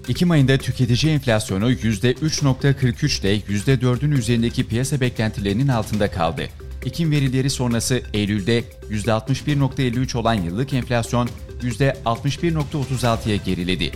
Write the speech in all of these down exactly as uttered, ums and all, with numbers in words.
Ekim ayında tüketici enflasyonu yüzde üç virgül kırk üç ile yüzde dördün üzerindeki piyasa beklentilerinin altında kaldı. Ekim verileri sonrası Eylül'de yüzde altmış bir virgül elli üç olan yıllık enflasyon yüzde altmış bir virgül otuz altıya geriledi.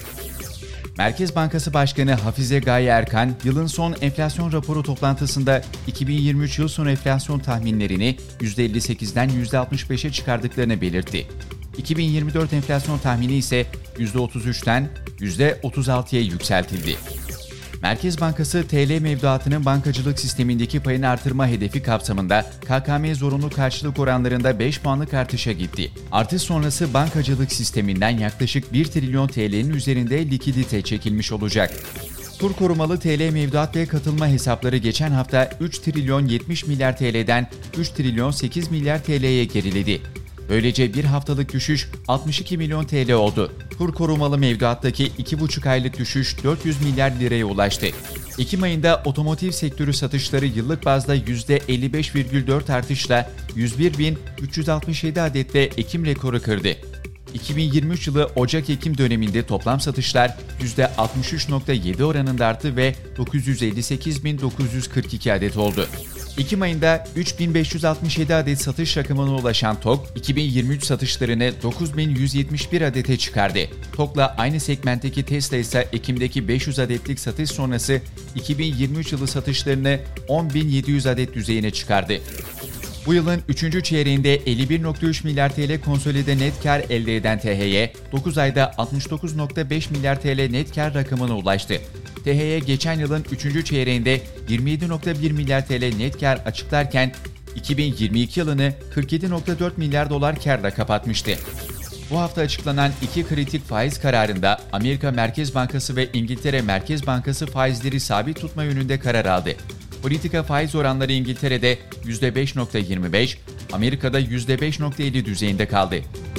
Merkez Bankası Başkanı Hafize Gaye Erkan, yılın son enflasyon raporu toplantısında iki bin yirmi üç yıl sonu enflasyon tahminlerini yüzde elli sekizden yüzde altmış beşe çıkardıklarını belirtti. iki bin yirmi dört enflasyon tahmini ise yüzde otuz üçten yüzde otuz altıya yükseltildi. Merkez Bankası, T L mevduatının bankacılık sistemindeki payını artırma hedefi kapsamında K K M zorunlu karşılık oranlarında beş puanlık artışa gitti. Artış sonrası bankacılık sisteminden yaklaşık bir trilyon T L'nin üzerinde likidite çekilmiş olacak. Kur korumalı T L mevduat ve katılma hesapları geçen hafta üç trilyon yetmiş milyar T L'den üç trilyon sekiz milyar T L'ye geriledi. Böylece bir haftalık düşüş altmış iki milyon T L oldu. Kur korumalı mevduattaki iki buçuk aylık düşüş dört yüz milyar liraya ulaştı. Ekim ayında otomotiv sektörü satışları yıllık bazda yüzde elli beş virgül dört artışla yüz bir bin üç yüz altmış yedi adetle Ekim rekoru kırdı. iki bin yirmi üç yılı Ocak-Ekim döneminde toplam satışlar yüzde altmış üç virgül yedi oranında arttı ve dokuz yüz elli sekiz bin dokuz yüz kırk iki adet oldu. Ekim ayında üç bin beş yüz altmış yedi adet satış rakamına ulaşan TOG, iki bin yirmi üç satışlarını dokuz bin yüz yetmiş bir adete çıkardı. TOG'la aynı segmentteki Tesla ise Ekim'deki beş yüz adetlik satış sonrası iki bin yirmi üç yılı satışlarını on bin yedi yüz adet düzeyine çıkardı. Bu yılın üçüncü çeyreğinde elli bir virgül üç milyar T L konsolide net kar elde eden T H Y, dokuz ayda altmış dokuz virgül beş milyar T L net kar rakamına ulaştı. T H Y geçen yılın üçüncü çeyreğinde yirmi yedi virgül bir milyar T L net kar açıklarken iki bin yirmi iki yılını kırk yedi virgül dört milyar dolar karla kapatmıştı. Bu hafta açıklanan iki kritik faiz kararında Amerika Merkez Bankası ve İngiltere Merkez Bankası faizleri sabit tutma yönünde karar aldı. Politika faiz oranları İngiltere'de yüzde beş virgül yirmi beş, Amerika'da yüzde beş virgül elli düzeyinde kaldı.